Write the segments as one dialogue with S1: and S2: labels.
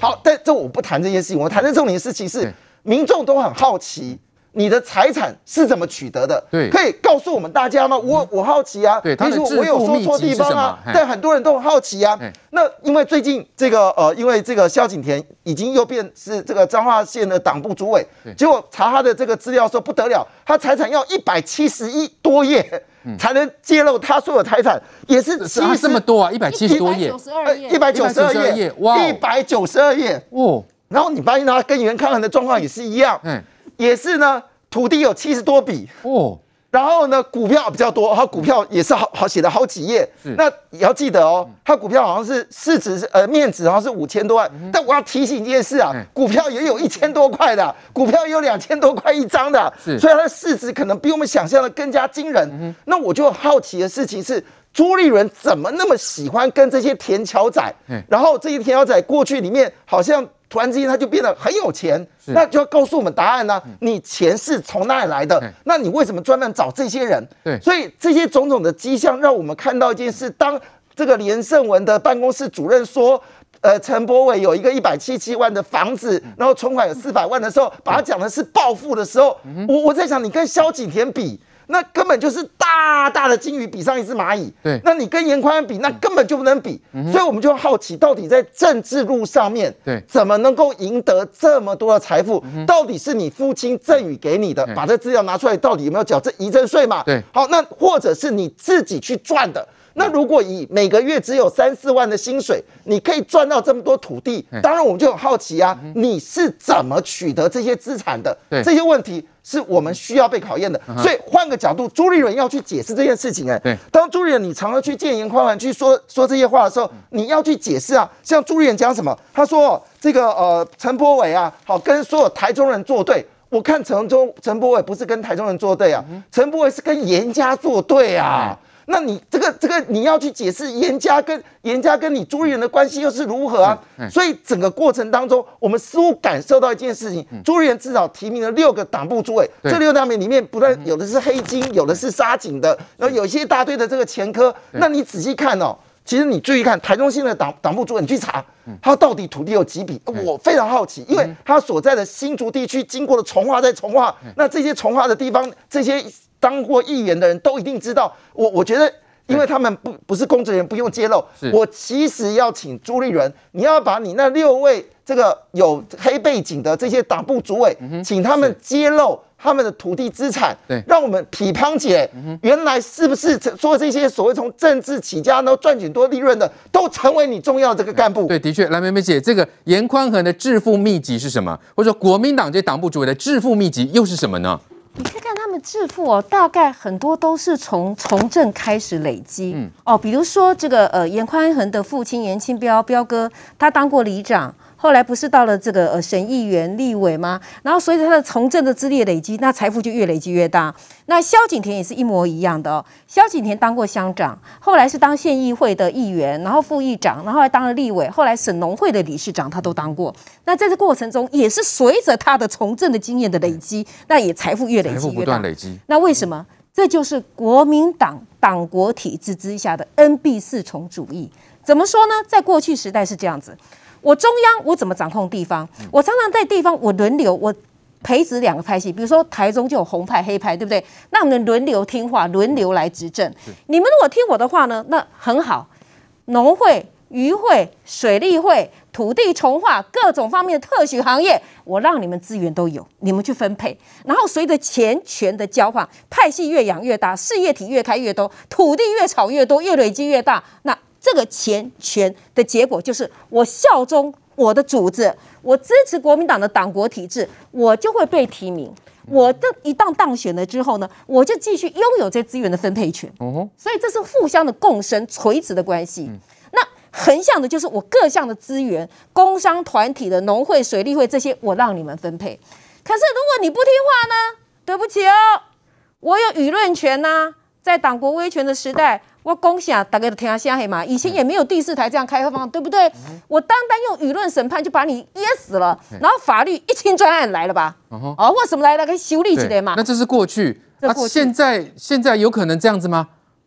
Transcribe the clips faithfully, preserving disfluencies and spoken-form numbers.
S1: 好，但这我不谈这件事情，我谈的重点事情是，民众都很好奇。你的财产是怎么取得的？
S2: 对，
S1: 可以告诉我们大家吗？我我好奇啊，
S2: 对，他的
S1: 我有说错地方啊，但很多人都很好奇啊。那因为最近这个呃，因为这个萧景田已经又变是这个彰化县的党部主委，结果查他的这个资料说不得了，他财产要一百七十亿多页。才能揭露他所有财产，也是
S2: 七十这么多啊，一百七十多页，
S1: 一百九十二页，哇，一百九十二页哦。然后你发现他跟袁康衡的状况也是一样，嗯，也是呢，土地有七十多笔哦。然后呢，股票比较多，他股票也是好好写的好几页。那也要记得哦，他股票好像是市值是呃面值好像是五千多万，嗯、但我要提醒一件事啊，嗯、股票也有一千多块的，股票也有两千多块一张的，所以它的市值可能比我们想象的更加惊人。嗯、那我就好奇的事情是，朱立伦怎么那么喜欢跟这些田侨仔？嗯、然后这些田侨仔过去里面好像。突然之间他就变得很有钱，那就要告诉我们答案呢、啊？你钱是从哪里来的？那你为什么专门找这些人？对，所以这些种种的迹象让我们看到一件事：当这个连胜文的办公室主任说，呃，陈柏惟有一个一百七十七万的房子，然后存款有四百万的时候，把他讲的是暴富的时候，我我在想，你跟萧景田比。那根本就是大大的金鱼比上一只蚂蚁。对，那你跟严宽衡比，那根本就不能比。嗯、所以我们就好奇，到底在政治路上面，对，怎么能够赢得这么多的财富？嗯、到底是你父亲赠与给你的，把这资料拿出来，到底有没有缴这遗赠税嘛？对，好，那或者是你自己去赚的。那如果以每个月只有三四万的薪水，你可以赚到这么多土地，当然我们就很好奇啊，你是怎么取得这些资产的？这些问题是我们需要被考验的。所以换个角度，朱立伦要去解释这件事情。哎，当朱立伦你常常去见严宽衡去说说这些话的时候，你要去解释啊。像朱立伦讲什么？他说这个呃陈柏惟啊，好跟所有台中人作对。我看陈中陈柏惟不是跟台中人作对啊，陈柏惟是跟严家作对啊。那你这个这个你要去解释严家跟严家跟你朱立伦的关系又是如何啊？所以整个过程当中，我们似乎感受到一件事情：朱立伦至少提名了六个党部主委，这六个党部里面不但有的是黑金，有的是沙井的，然后有一些一大堆的这个前科。那你仔细看哦，其实你注意看台中县的党党部主委，你去查他到底土地有几笔？我非常好奇，因为他所在的新竹地区经过了重划再重划，那这些重划的地方，这些。当过议员的人都一定知道，我我觉得，因为他们不不是公职人员，不用揭露。我其实要请朱立伦，你要把你那六位这个有黑背景的这些党部主委，嗯、请他们揭露他们的土地资产，对，让我们批判解，嗯、原来是不是说这些所谓从政治起家然后赚取多利润的，都成为你重要的这个干部？
S2: 对，的确，来梅梅姐，这个严宽衡的致富秘籍是什么？或者说国民党这党部主委的致富秘籍又是什么呢？
S3: 你看看他们致富哦，大概很多都是从从政开始累积。嗯，哦，比如说这个呃严宽衡的父亲严清标标哥，他当过里长，后来不是到了这个呃省议员、立委吗？然后随着他的从政的资历累积，那财富就越累积越大。那萧景田也是一模一样的哦。萧景田当过乡长，后来是当县议会的议员，然后副议长，然后还当了立委，后来省农会的理事长他都当过。那在这过程中，也是随着他的从政的经验的累积，那也财富越累积越大。财富不断累积。那为什么？这就是国民党党国体制之下的 N B 四重主义。怎么说呢？在过去时代是这样子，我中央我怎么掌控地方？我常常在地方我轮流我。培植两个派系，比如说台中就有红派、黑派，对不对？那我们轮流听话，轮流来执政。你们如果听我的话呢，那很好。农会、渔会、水利会、土地重划各种方面的特许行业，我让你们资源都有，你们去分配。然后随着钱权的交换，派系越养越大，事业体越开越多，土地越炒越多，越累积越大。那这个钱权的结果就是我效忠我的主子，我支持国民党的党国体制，我就会被提名。我的一旦当选了之后呢，我就继续拥有这资源的分配权。哦，所以这是互相的共生、垂直的关系。嗯、那横向的就是我各项的资源，工商团体的农会、水利会这些，我让你们分配。可是如果你不听话呢？对不起哦，我有舆论权呐、啊，在党国威权的时代。我恭喜啊，大家都听下黑嘛，以前也没有第四台这样开放，对不对？嗯、我单单用舆论审判就把你噎死了，嗯、然后法律一清专案来了吧？哦，哦为什么来了？可以修理起来嘛？
S2: 那这是过去，那、啊、现在现在有可能这样子吗？
S3: 你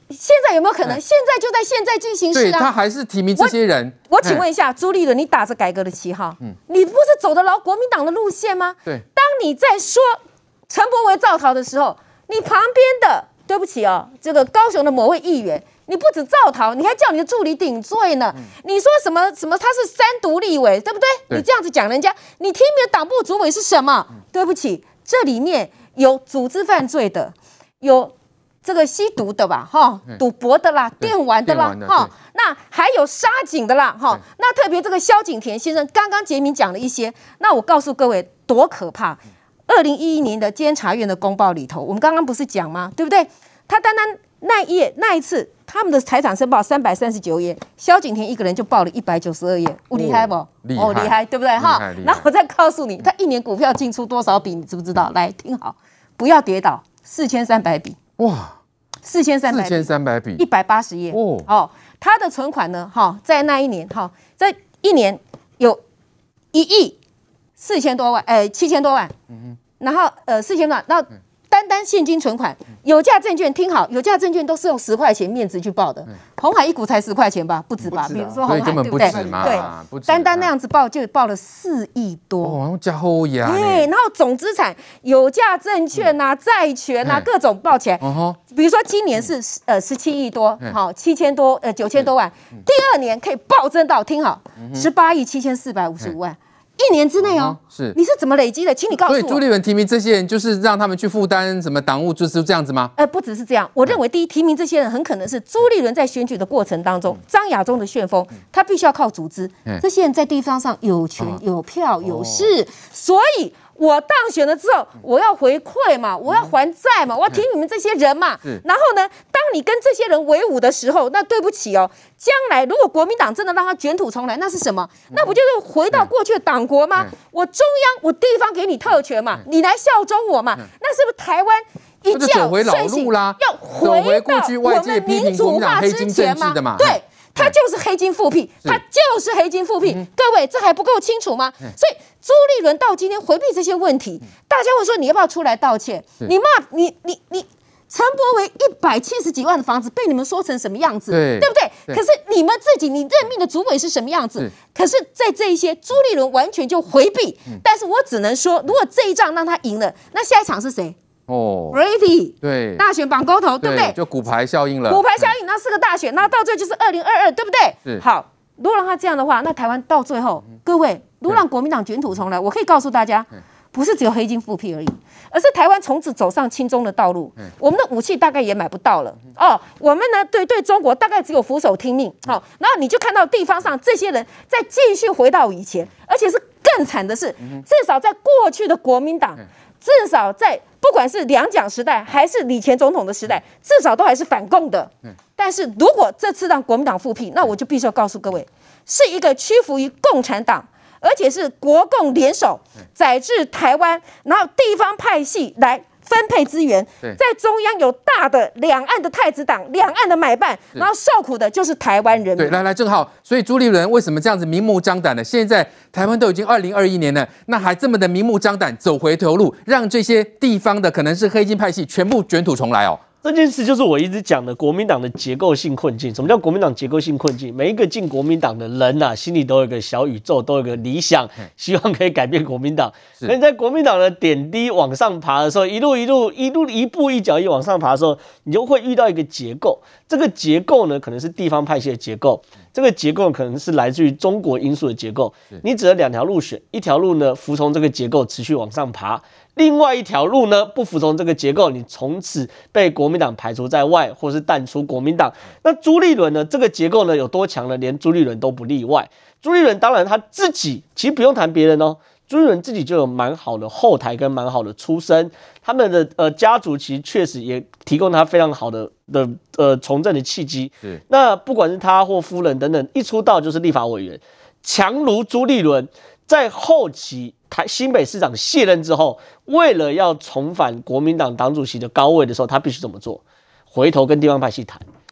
S3: 现在有没有可能？现在就在现在进行式啊！
S2: 对，他还是提名这些人。
S3: 我, 我请问一下，朱立伦，你打着改革的旗号，嗯，你不是走得牢国民党的路线吗？
S2: 对。
S3: 当你在说陈柏惟造逃的时候，你旁边的，对不起哦，这个高雄的某位议员，你不止造逃，你还叫你的助理顶罪呢。嗯、你说什么什么？他是三独立委，对不对？对你这样子讲人家，你提名的党部主委是什么？嗯、对不起，这里面有组织犯罪的，有。这个吸毒的吧，哈，赌博的啦，电玩的啦，哈，那还有杀警的啦，哈，那特别这个萧景田先生刚刚杰明讲了一些，那我告诉各位多可怕！二零一一年的监察院的公报里头，我们刚刚不是讲吗？对不对？他单单那一页那一次，他们的财产申报三百三十九页，萧景田一个人就报了一百九十二页，我厉害不？哦，厉害，对不对？哈，然后我再告诉你，他一年股票进出多少笔，你知不知道？来听好，不要跌倒，四千三百笔。哇，四千三百，
S2: 四千三百笔，
S3: 一百八十页哦。哦，他的存款呢？哈，在那一年，哈，在一年有一亿四千多万，呃，七千多万。嗯哼。然后呃，四千多万，然后单单现金存款，有价证券，听好，有价证券都是用十块钱面值去报的。鸿海一股才十块钱吧，不止吧？比如说鸿海，对不对？对，单单那样子报就报了四亿多。
S2: 哦，加厚呀。
S3: 对，然后总资产、有价证券啊、债权啊，各种报起来。比如说今年是呃十七亿多，好七千多呃九千多万，第二年可以暴增到听好十八亿七千四百五十五万。一年之内哦，是你是怎么累积的？请你告诉我。
S2: 所以朱立伦提名这些人，就是让他们去负担什么党务，就是这样子吗？
S3: 呃，不只是这样，我认为第一提名这些人很可能是朱立伦在选举的过程当中，张亚中的旋风，他必须要靠组织。这些人在地方上有权有票有势，所以我当选了之后，我要回馈嘛，我要还债嘛，我要提你们这些人嘛。然后呢，当你跟这些人为伍的时候，那对不起哦，将来如果国民党真的让他卷土重来，那是什么？那不就是回到过去的党国吗？我中央我地方给你特权嘛，你来效忠我嘛，那是不是台湾一觉睡醒
S2: 啦？
S3: 要回到我们民主化之前吗？对。他就是黑金复辟，他就是黑金复辟。嗯、各位，这还不够清楚吗？嗯、所以朱立伦到今天回避这些问题，嗯、大家会说你要不要出来道歉？你骂你你你陈柏惟一百七十几万的房子被你们说成什么样子？对，对不对？对可是你们自己，你任命的主委是什么样子？可是，在这一些，朱立伦完全就回避。嗯、但是我只能说，如果这一仗让他赢了，那下一场是谁？哦 ，Ready，
S2: 对，
S3: 大选绑沟头，对不对？
S2: 就骨牌效应了。
S3: 骨牌效应，那四个大选，那到最后就是二零二二，对不对？好，如果让他这样的话，那台湾到最后，各位，如果让国民党卷土重来，我可以告诉大家，不是只有黑金复辟而已，而是台湾从此走上亲中的道路。我们的武器大概也买不到了哦，我们呢，对对中国大概只有俯首听命。好，然后你就看到地方上这些人在继续回到以前，而且是更惨的是，至少在过去的国民党。至少在不管是两蒋时代还是李前总统的时代，至少都还是反共的。但是如果这次让国民党复辟，那我就必须要告诉各位，是一个屈服于共产党，而且是国共联手宰制台湾，然后地方派系来分配资源，在中央有大的两岸的太子党，两岸的买办，然后受苦的就是台湾人民。
S2: 对，来来，正好，所以朱立伦为什么这样子明目张胆的？现在台湾都已经二零二一年了，那还这么的明目张胆走回头路，让这些地方的可能是黑金派系全部卷土重来哦。
S4: 这件事就是我一直讲的国民党的结构性困境。什么叫国民党结构性困境？每一个进国民党的人呐、啊，心里都有一个小宇宙，都有一个理想，希望可以改变国民党。所以在国民党的点滴往上爬的时候，一路一路一路一步一脚印往上爬的时候，你就会遇到一个结构。这个结构呢，可能是地方派系的结构。这个结构可能是来自于中国因素的结构。你只有两条路选，一条路呢服从这个结构持续往上爬，另外一条路呢不服从这个结构，你从此被国民党排除在外，或是淡出国民党。那朱立伦呢？这个结构呢有多强呢？连朱立伦都不例外。朱立伦当然他自己其实不用谈别人哦。朱立伦自己就有蛮好的后台跟蛮好的出身，他们的呃家族其实确实也提供他非常好的的呃从政的契机。那不管是他或夫人等等，一出道就是立法委员，强如朱立伦，在后期台新北市长卸任之后，为了要重返国民党党主席的高位的时候，他必须怎么做？回头跟地方派系谈。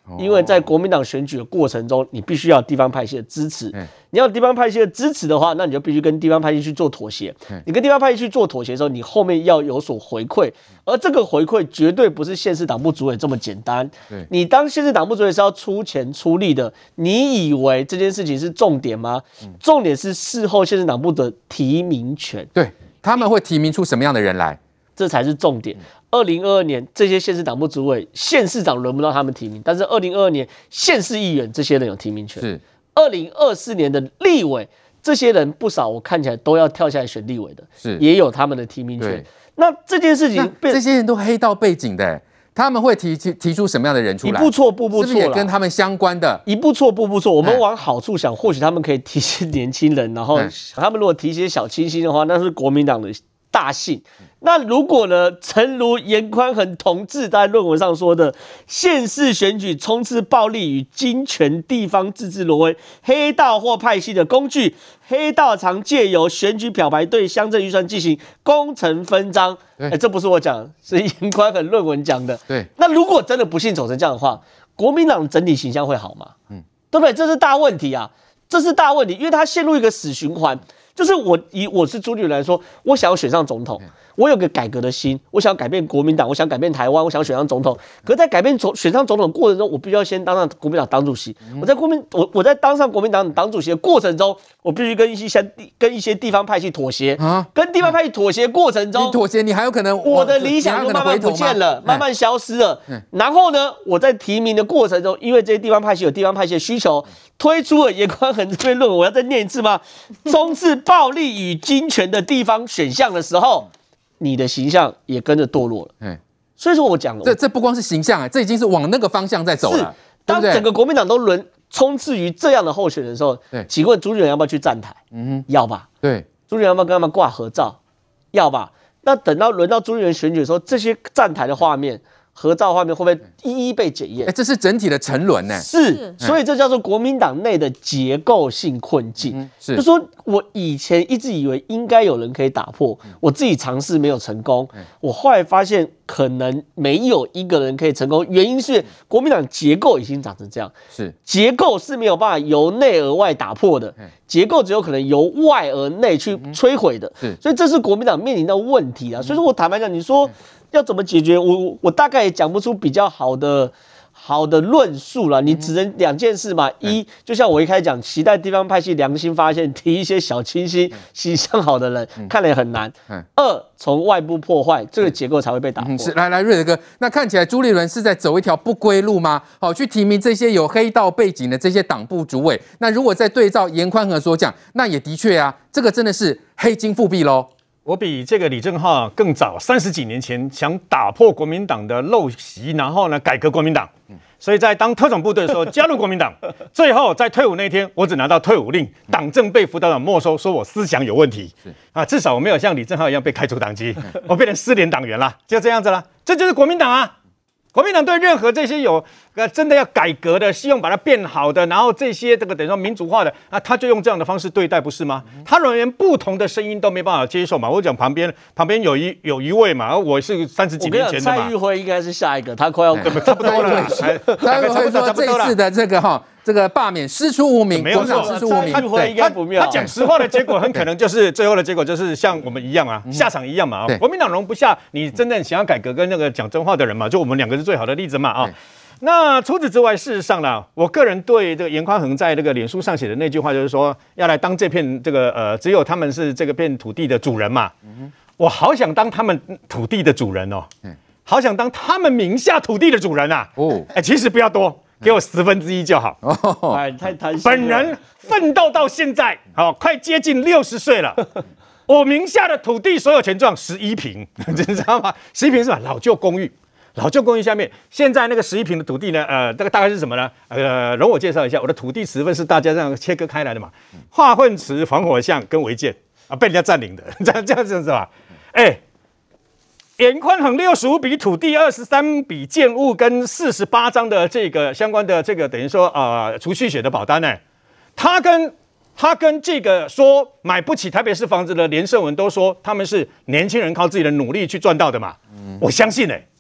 S4: 因为在国民党选举的过程中，你必须要有地方派系的支持。你要有地方派系的支持的话，那你就必须跟地方派系去做妥协。你跟地方派系去做妥协的时候，你后面要有所回馈，而这个回馈绝对不是县市党部主委这么简单。你当县市党部主委是要出钱出力的，你以为这件事情是重点吗？重点是事后县市党部的提名权。
S2: 对，他们会提名出什么样的人来？
S4: 这才是重点。二零二二年，这些县市党部主委、县市长轮不到他们提名，但是二零二二年县市议员这些人有提名权。是二零二四年的立委，这些人不少，我看起来都要跳下来选立委的，是也有他们的提名权。那这件事情，
S2: 这些人都黑道背景的，他们会提提提出什么样的人出来？
S4: 一步错，步步错，
S2: 是不是也跟他们相关的？
S4: 一步错，步步错。我们往好处想，或许他们可以提些年轻人，然后他们如果提一些小清新的话，那是国民党的大幸。那如果呢？诚如严宽恒同志在论文上说的，县市选举充斥暴力与金权地方自治挪威、黑道或派系的工具，黑道常借由选举漂白对乡镇预算进行工程分赃。哎、欸，这不是我讲，是严宽恒论文讲的。对，那如果真的不幸走成这样的话，国民党整体形象会好吗？嗯，对不对？这是大问题啊，这是大问题，因为他陷入一个死循环。就是我以我是朱立伦来说，我想要选上总统，我有个改革的心，我想要改变国民党，我想改变台湾，我想要选上总统。可是在改变总选上总统的过程中，我必须要先当上国民党党主席。我在国民我我在当上国民党党主席的过程中，我必须跟一些跟一些地方派系妥协啊，跟地方派系妥协过程中，
S2: 你妥协你还有可能
S4: 我的理想就慢慢不见了，慢慢消失了。然后呢，我在提名的过程中，因为这些地方派系有地方派系的需求，推出了严宽恒这篇论文，我要再念一次吗？中次暴力与金权的地方选项的时候，你的形象也跟着堕落了。嗯，所以说我讲了，
S2: 这这不光是形象啊，这已经是往那个方向在走了。是，
S4: 当整个国民党都轮冲刺于这样的候选人的时候，对，请问朱立伦要不要去站台？嗯，要吧。对，朱立伦要不要跟他们挂合照？要吧。那等到轮到朱立伦选举的时候，这些站台的画面。合照画面会不会一一被检验？
S2: 哎，这是整体的沉沦呢。
S4: 是，所以这叫做国民党内的结构性困境。嗯、是，就说我以前一直以为应该有人可以打破，嗯、我自己尝试没有成功。嗯、我后来发现可能没有一个人可以成功，原因是国民党结构已经长成这样。是，结构是没有办法由内而外打破的，嗯、结构只有可能由外而内去摧毁的。嗯、所以这是国民党面临的问题啊。所以说我坦白讲，你说。要怎么解决？我我大概也讲不出比较好的好的论述了。你只能两件事嘛：一，就像我一开始讲，期待地方派系良心发现，提一些小清新、形象好的人，看来也很难。二，从外部破坏，这个结构才会被打破。
S2: 是，来来，瑞德哥，那看起来朱立伦是在走一条不归路吗？好，去提名这些有黑道背景的这些党部主委。那如果再对照严宽恒所讲，那也的确啊，这个真的是黑金复辟喽。
S5: 我比这个李正皓更早，三十几年前想打破国民党的陋习，然后呢改革国民党。所以在当特种部队的时候加入国民党，最后在退伍那天，我只拿到退伍令，党政被辅导长没收，说我思想有问题。啊，至少我没有像李正皓一样被开除党籍，我变成失联党员了，就这样子了。这就是国民党啊！国民党对任何这些有呃真的要改革的，希望把它变好的，然后这些这个等于说民主化的啊，他就用这样的方式对待，不是吗？他连不同的声音都没办法接受嘛。我讲旁边旁边有一有一位嘛，我是三十几年前的嘛。
S4: 蔡玉辉应该是下一个，他快要
S5: 差不多了。
S2: 蔡玉辉说这次的这个哈。这个罢免师出无名，
S5: 没有
S2: 错，师出无名，
S4: 对，他
S5: 他讲实话的结果，很可能就是最后的结果就是像我们一样啊，下场一样嘛啊。国民党容不下你真正想要改革跟那个讲真话的人嘛，就我们两个是最好的例子嘛啊。那除此之外，事实上呢，我个人对这个严宽恒在这个脸书上写的那句话，就是说要来当这片这个呃，只有他们是这个片土地的主人嘛。我好想当他们土地的主人哦，好想当他们名下土地的主人啊。哦，哎，其实不要多。给我十分之一就好。
S4: 哦，哎，太贪心了。
S5: 本人奋斗到现在，好、哦，快接近六十岁了。我名下的土地所有权状十一坪，你知道吗？十一坪是吧？老旧公寓，老旧公寓下面，现在那个十一坪的土地呢？呃，这个大概是什么呢？呃，容我介绍一下，我的土地持分是大家这样切割开来的嘛，化粪池、防火巷跟违建啊，被人家占领的，这样这样子是吧？哎。严宽恒六十五笔土地、二十三笔建物跟四十八张的这个相关的这个等于说啊、呃、储蓄险的保单呢，他跟他跟这个说买不起台北市房子的连胜文都说他们是年轻人靠自己的努力去赚到的嘛，嗯、我相信呢、欸，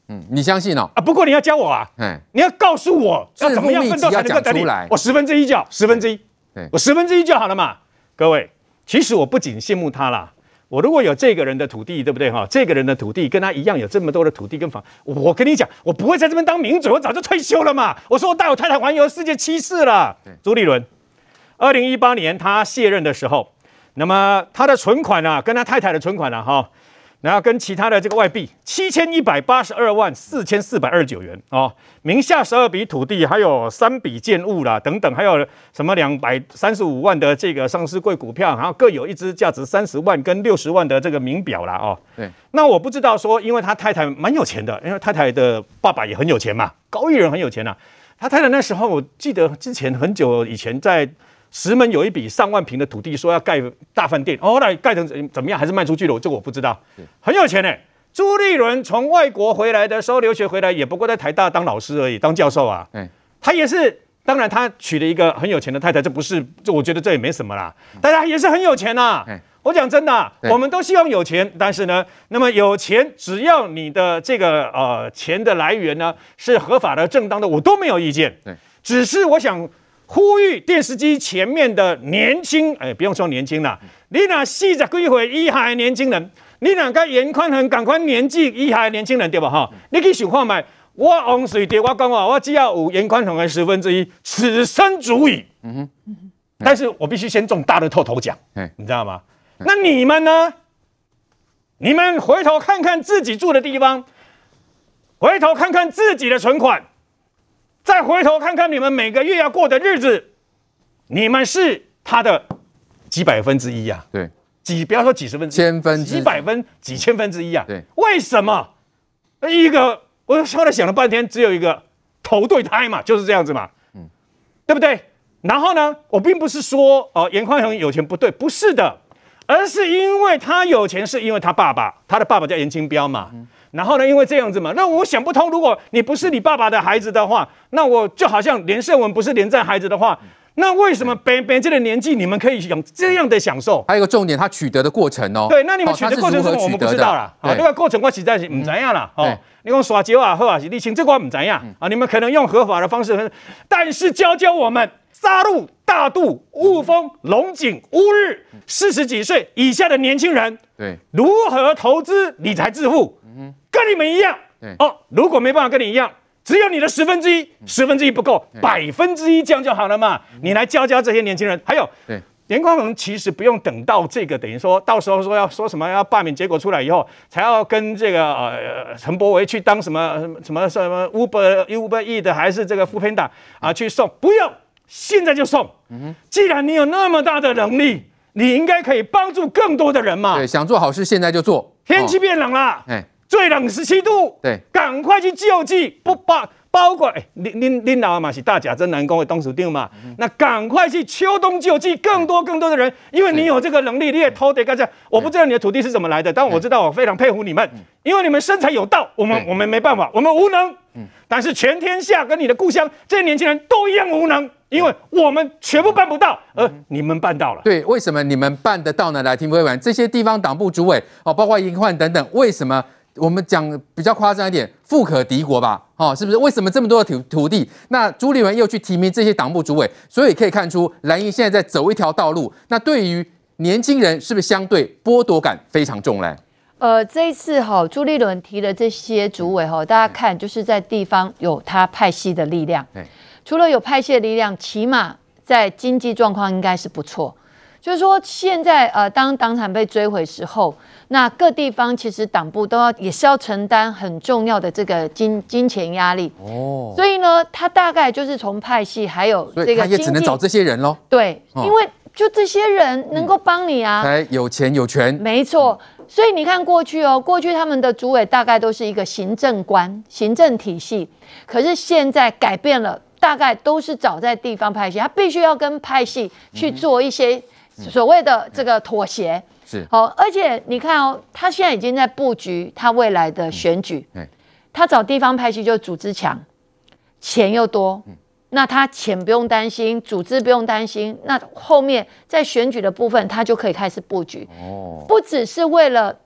S2: 嗯，你相信哦？
S5: 啊，不过你要教我啊，嗯，你要告诉我要怎么样奋斗才能够得利。我十分之一就好，十分之一，我十分之一就好了嘛。各位，其实我不仅羡慕他啦。我如果有这个人的土地，对不对哈？这个人的土地跟他一样有这么多的土地跟房，我跟你讲，我不会在这边当名嘴，我早就退休了嘛。我说我带我太太环游世界七次了。朱立伦，二零一八年他卸任的时候，那么他的存款啊，跟他太太的存款啊，哈，然后跟其他的这个外币七千一百八十二万四千四百二十九元哦，名下十二笔土地，还有三笔建物啦等等，还有什么两百三十五万的这个上市柜股票，然后各有一只价值三十万跟六十万的这个名表啦哦。对，那我不知道说，因为他太太蛮有钱的，因为太太的爸爸也很有钱嘛，高玉仁很有钱啊。他太太那时候我记得之前很久以前在石门有一笔上万坪的土地，说要盖大饭店，后来盖成怎么样，还是卖出去了，这个我不知道。很有钱哎、欸，朱立伦从外国回来的时候，留学回来也不过在台大当老师而已，当教授啊。嗯，他也是，当然他娶了一个很有钱的太太，这不是，这我觉得这也没什么啦。但他也是很有钱呐、啊。嗯，我讲真的、啊，我们都希望有钱，但是呢，那么有钱，只要你的这个呃钱的来源呢是合法的、正当的，我都没有意见。对，只是我想呼吁电视机前面的年轻，哎，不用说年轻了，你那四十几岁以下的年轻人，你那个严宽恒赶快年纪以下的年轻人对吧？哈，你去想看卖，我王水对我讲话，我只要有严宽恒的十分之一，此生足矣。嗯哼，但是我必须先中大乐透头奖，你知道吗？那你们呢？你们回头看看自己住的地方，回头看看自己的存款。再回头看看你们每个月要过的日子，你们是他的几百分之一呀？对，几不要说几十分之一，千分之几百分、几千分之一啊？对，为什么？一个我后来想了半天，只有一个头对胎嘛，就是这样子嘛，嗯，对不对？然后呢，我并不是说哦，严宽恒有钱不对，不是的，而是因为他有钱，是因为他爸爸，他的爸爸叫严清标嘛。嗯，然后呢，因为这样子嘛，那我想不通，如果你不是你爸爸的孩子的话，那我就好像连胜文不是连战孩子的话，那为什么别别这个年纪你们可以有这样的享受？
S2: 还有一个重点，他取得的过程哦。
S5: 对，那你们取得过程是什么？我们不知道啦。啊，这个过程我实在是唔知样啦。哦，你讲耍酒啊，喝啊，是沥青，这个我唔知样啊。你们可能用合法的方式，但是教教我们，沙鹿、大肚、雾峰、龙井、乌日，四十几岁以下的年轻人，对，如何投资理财致富？嗯，跟你们一样。哦，如果没办法跟你一样。只有你的十分之一，十分之一不够，百分之一这样就好了嘛？你来教教这些年轻人。还有，严宽恒其实不用等到这个，等于说到时候说要说什么要罢免结果出来以后，才要跟这个呃陈柏惟去当什么什么什么 Uber Uber E 的，还是这个Foodpanda啊去送，不用，现在就送。嗯，既然你有那么大的能力，你应该可以帮助更多的人嘛。
S2: 对，想做好事，现在就做。
S5: 天气变冷了。哎。最冷十七度，对，赶快去救济，不包包括哎，您您您老嘛是大甲镇南宫的董事长嘛，嗯、那赶快去秋冬救济更多更多的人，因为你有这个能力，你也偷得干这样。我不知道你的土地是怎么来的，但我知道我非常佩服你们，因为你们身材有道，我们我们没办法，我们无能。嗯、但是全天下跟你的故乡这些年轻人都一样无能。因为我们全部办不到，而你们办到了。
S2: 对，为什么你们办得到呢？来听委员，这些地方党部主委哦，包括银焕等等，为什么？我们讲比较夸张一点，富可敌国吧，哦，是不是？为什么这么多的土土地？那朱立伦又去提名这些党部主委，所以可以看出蓝营现在在走一条道路。那对于年轻人，是不是相对剥夺感非常重嘞？
S6: 呃，这一次哈、哦，朱立伦提的这些主委哈、哦，大家看就是在地方有他派系的力量。除了有派系的力量，起码在经济状况应该是不错。就是说，现在呃，当党产被追回时候，那各地方其实党部都要也是要承担很重要的这个金金钱压力哦。所以呢，他大概就是从派系还有这个经济，
S2: 他也只能找这些人咯。
S6: 对，哦、因为就这些人能够帮你啊，
S2: 才有钱有权。
S6: 没错，所以你看过去哦，过去他们的主委大概都是一个行政官、行政体系，可是现在改变了，大概都是找在地方派系，他必须要跟派系去做一些。所谓的这个妥协是好，而且你看哦，他现在已经在布局他未来的选举。嗯、他找地方派系就组织强，钱又多，嗯、那他钱不用担心，组织不用担心，那后面在选举的部分他就可以开始布局。哦，不只是为了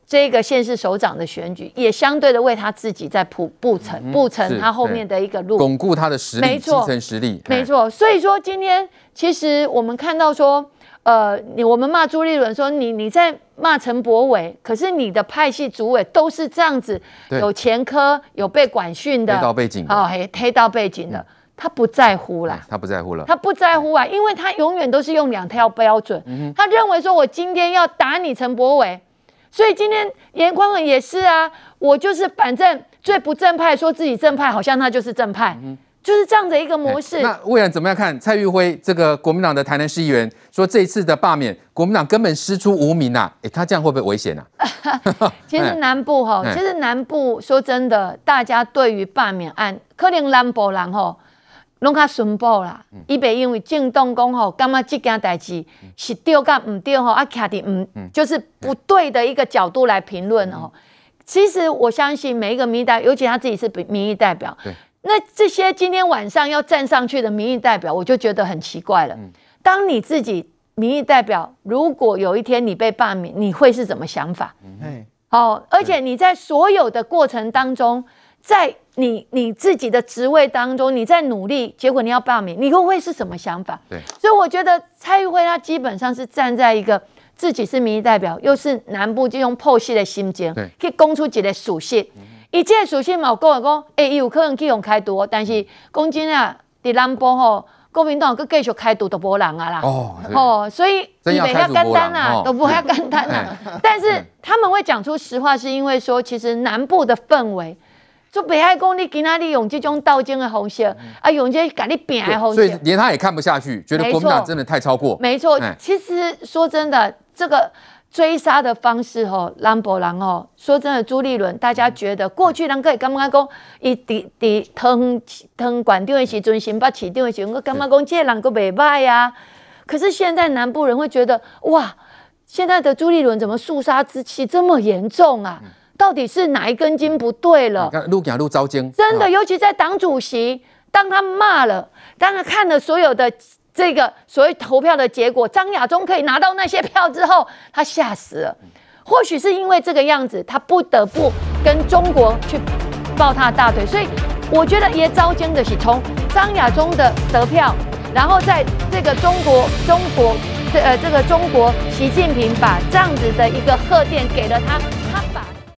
S6: 这个县市首长的选举，也相对的为他自己在铺布成布成他后面的一个路，
S2: 巩固他的实力，
S6: 没错，
S2: 基层实力，
S6: 没错。所以说今天其实我们看到说。呃，你我们骂朱立伦说你你在骂陈柏惟，可是你的派系主委都是这样子，有前科、有被管训的
S2: 黑道背景的，
S6: 哦，黑黑道背景的，嗯、他不在乎啦，
S2: 他不在乎了，
S6: 他不在乎啊，因为他永远都是用两条标准，嗯、他认为说我今天要打你陈柏惟，所以今天严宽恒也是啊，我就是反正最不正派，说自己正派，好像他就是正派。嗯就是这样的一个模式。
S2: 那魏然怎么样看蔡玉辉这个国民党的台南市议员说这一次的罢免，国民党根本师出无名啊？哎，他这样会不会危险啊？
S6: 其实南部哈，其实南部说真的，大家对于罢免案，可能南部人吼，拢较顺步啦。伊袂因为震动讲吼，感觉这件代志是对甲唔对吼，啊，徛伫唔就是不对的一个角度来评论哦。其实我相信每一个民意代表，尤其他自己是民意代表。那这些今天晚上要站上去的民意代表，我就觉得很奇怪了。嗯、当你自己民意代表，如果有一天你被罢免，你会是怎么想法？嗯，哦，而且你在所有的过程当中，在你你自己的职位当中，你在努力，结果你要罢免，你又会是什么想法？对，所以我觉得蔡玉辉他基本上是站在一个自己是民意代表，又是南部就用剖析的心情，去讲出一个事实。嗯伊这个属性嘛，有讲讲，哎、欸，伊有可能去用开除，但是讲真啊，伫南部吼，国民党佮继续开除都无人啊啦。哦，哦，所以伊袂遐简单啦，都不遐简单啦。但是他们会讲出实话，是因为说，其实南部的氛围，就袂爱讲你今仔日用这种斗争的方式，嗯、啊，用这甲你拼的方式，
S2: 所以连他也看不下去，觉得国民党真的太超过。
S6: 没错，其实说真的，这个。追杀的方式吼，南部人吼，说真的，朱立伦，大家觉得过去人可以感觉讲，伊伫伫汤汤馆长的时阵，新北市长的时阵，我感觉讲这个人个袂歹呀。可是现在南部人会觉得，哇，现在的朱立伦怎么肃杀之气这么严重啊？到底是哪一根筋不对了？
S2: 你看路行路招奸，
S6: 真的，尤其在党主席，当他骂了，当他看了所有的。这个所谓投票的结果，张亚中可以拿到那些票之后，他吓死了。或许是因为这个样子，他不得不跟中国去抱他的大腿。所以我觉得也招奸的是从张亚中的得票，然后在这个中国中国这呃这个中国习近平把这样子的一个贺电给了他，他把。